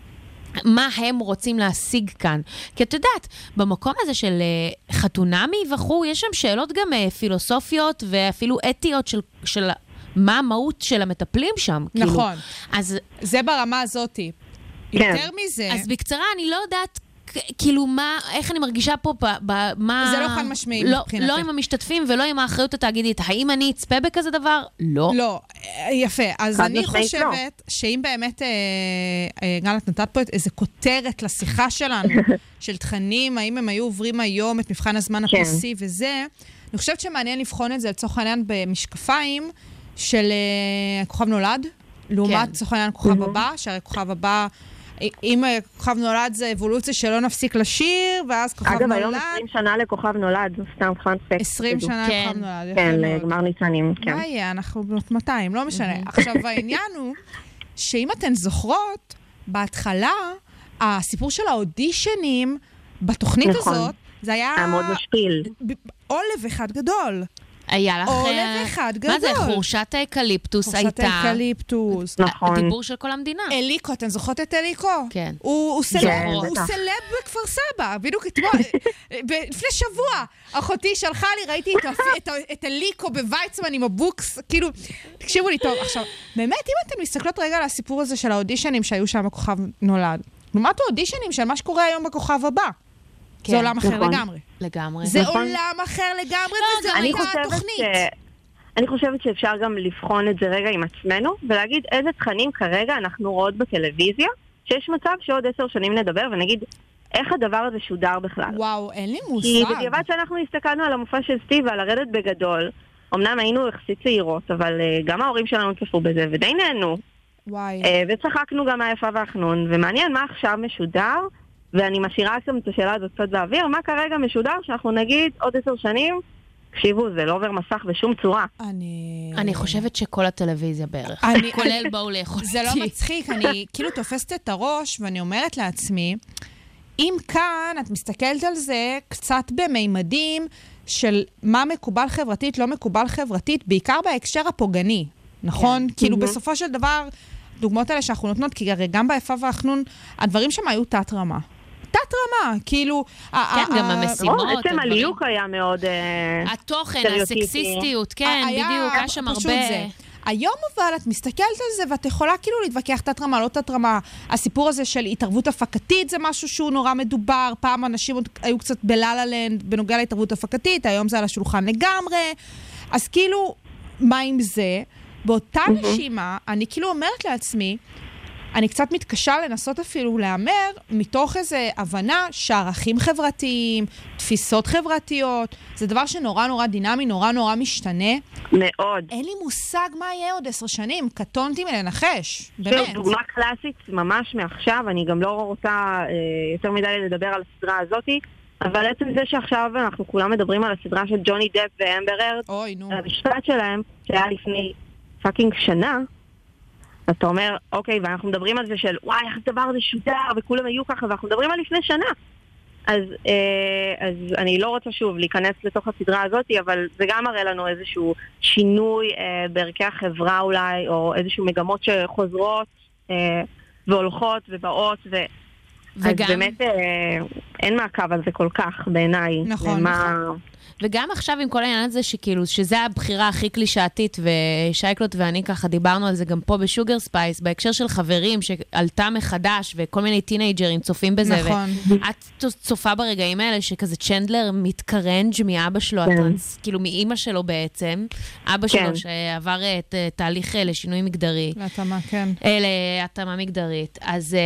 מה הם רוצים להשיג כאן. כי את יודעת, במקום הזה של חתונמי וכו', יש שם שאלות גם פילוסופיות ואפילו אתיות של, של מה המהות של המטפלים שם. נכון. כאילו. אז, זה ברמה הזאת. יותר מזה. אז בקצרה, אני לא יודעת כאילו מה, איך אני מרגישה פה, מה... זה לא חד משמעי לא, מבחינתי. לא עם המשתתפים ולא עם האחריות התאגידית. האם אני אצפה בכזה דבר? לא. לא, יפה. אז אני חושבת שאם באמת, גל, את נתת פה איזה כותרת לשיחה שלנו, של תכנים, האם הם היו עוברים היום את מבחן הזמן ה-פי סי וזה, אני חושבת שמעניין לבחון את זה לצורך העניין במשקפיים של כוכב נולד, לעומת לצורך העניין כוכב הבא, שהרי כוכב הבא... אם כוכב נולד זה אבולוציה שלא נפסיק לשיר, ואז כוכב נולד... אגב, היום עשרים שנה לכוכב נולד, זו סתם פאנפקט. עשרים שנה לכוכב נולד. כן, לגמר ניצנים, כן. מה יהיה? אנחנו בנות מאתיים, לא משנה. עכשיו, העניין הוא שאם אתן זוכרות, בהתחלה, הסיפור של האודישנים בתוכנית הזאת, זה היה... היה מאוד משפיל. עולב אחד גדול. היה לך... עולב אחד גדול. מה זה? חורשת האקליפטוס הייתה... חורשת האקליפטוס. נכון. הדיבור של כל המדינה. אליקו, אתן זוכרות את אליקו? כן. הוא סלב בכפר סבא, בדיוק אתמול. לפני שבוע, אחותי שלחה לי, ראיתי את אליקו בוויצמן עם הבוקס, כאילו, תקשיבו לי טוב. עכשיו, באמת, אם אתן מסתכלות רגע על הסיפור הזה של האודישנים שהיו שם בכוכב נולד, לעומת האודישנים של מה שקורה היום בכוכב הבא. זה עולם אחר לגמרי. לגמרי. זה עולם אחר לגמרי, וזה הייתה התוכנית. אני חושבת שאפשר גם לבחון את זה רגע עם עצמנו, ולהגיד איזה תכנים כרגע אנחנו רואות בטלוויזיה, שיש מצב שעוד עשר שנים נדבר, ונגיד איך הדבר הזה שודר בכלל. וואו, אין לי מושג. כי בדיעבד שאנחנו הסתכלנו על המופע של סטיב ועל הרדת בגדול, אמנם היינו יחסית צעירות, אבל גם ההורים שלנו צפו בזה, ודי נהנו. וואי. וצחקנו גם מהיפה והחנון, ומעניין מה עכשיו משודר, ואני משאירה גם את השאלה הזאת קצת באוויר, מה כרגע משודר שאנחנו נגיד עוד עשר שנים, תקשיבו, זה לא עובר מסך בשום צורה. אני... אני חושבת שכל הטלוויזיה בערך, אני... כולל באו לאכול. זה לא מצחיק, אני כאילו תופסת את הראש, ואני אומרת לעצמי, אם כאן את מסתכלת על זה קצת במימדים של מה מקובל חברתית, לא מקובל חברתית, בעיקר בהקשר הפוגעני, נכון? כאילו בסופו של דבר, דוגמאות האלה שאנחנו נותנות, כי הרי גם ביפה והחנון, הדברים שם היו תת רמה. תת רמה, כאילו... כן, גם המשימות. עצם הליוק היה מאוד... התוכן, הסקסיסטיות, כן, בדיוק, היה שם הרבה... היום אבל את מסתכלת על זה, ואת יכולה כאילו להתווכח תת רמה, לא תת רמה. הסיפור הזה של התערבות הפקתית זה משהו שהוא נורא מדובר. פעם אנשים היו קצת בללה-לנד בנוגע להתערבות הפקתית, היום זה על השולחן לגמרי. אז כאילו, מה עם זה? באותה נשימה, אני כאילו אומרת לעצמי, אני קצת מתקשה לנסות אפילו לאמר, מתוך איזו הבנה שערכים חברתיים, תפיסות חברתיות, זה דבר שנורא נורא דינמי, נורא נורא משתנה. מאוד. אין לי מושג מה יהיה עוד עשר שנים, קטונתי מלנחש, באמת. דוגמה קלאסית ממש מעכשיו, אני גם לא רוצה אה, יותר מדי לדבר על הסדרה הזאת, אבל עצם זה שעכשיו אנחנו כולם מדברים על הסדרה של ג'וני דפ ואמבר ארד, אוי, נו. המשפט שלהם, שהיה לפני פאקינג שנה, אתה אומר, אוקיי, ואנחנו מדברים על זה של, וואי, איך הדבר הזה שודר, וכולם היו ככה, ואנחנו מדברים על לפני שנה. אז, אה, אז אני לא רוצה שוב להיכנס לתוך הסדרה הזאת, אבל זה גם מראה לנו איזשהו שינוי אה, בערכי החברה אולי, או איזשהו מגמות שחוזרות אה, והולכות ובאות, ו... וגם... אז באמת אה, אין מעקב על זה כל כך בעיניי. נכון, למה... נכון. וגם עכשיו עם כל העניין הזה שכאילו, שזה הבחירה הכי קלישאתית, ושייקלוט ואני ככה דיברנו על זה גם פה בשוגר ספייס, בהקשר של חברים שעלתה מחדש, וכל מיני טינאג'רים צופים בזה, נכון. ואת צופה ברגעים האלה שכזה צ'נדלר מתקרנג' מאבא שלו, הטרנס, כאילו מאמא שלו בעצם, אבא שלו שעבר את תהליך לשינוי מגדרי. להתאמה, כן. להתאמה מגדרית. אז,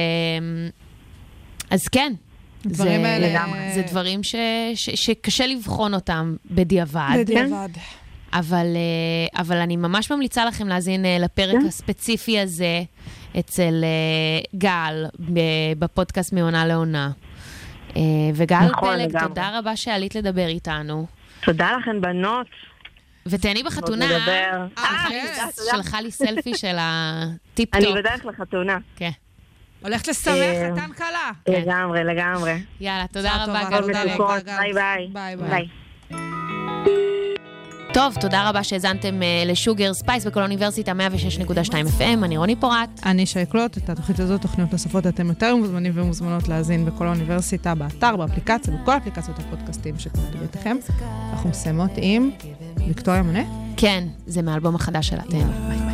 אז כן. דברים זה, האלה... זה דברים ש, ש, שקשה לבחון אותם בדיעבד. בדיעבד. אבל, אבל אני ממש ממליצה לכם להזין לפרק הספציפי הזה אצל גל בפודקאסט מעונה לעונה. וגל פלג, תודה רבה שעלית לדבר איתנו. תודה לכן בנות. ותהני בחתונה. שלחה לי סלפי של הטיפ-טופ. אני בדרך לחתונה. כן. הולכת לשמח חתן קלה. לגמרי, לגמרי. יאללה, תודה רבה. ביי ביי. ביי ביי. טוב, תודה רבה שהזנתם לשוגר ספייס בכל האוניברסיטה מאה ושש נקודה שתיים אף אם. אני רוני פורט. אני שייקלוט. את התוכנית הזאת, תוכניות נוספות, אתם יותר מוזמנים ומוזמנות להזין בכל האוניברסיטה, באתר, באפליקציה, בכל אפליקציות הפודקאסטים שכתוב ביתכם. אנחנו מסיימות עם ויקטוריה מונה. כן, זה מאלבום החדש של אתם. ביי ביי.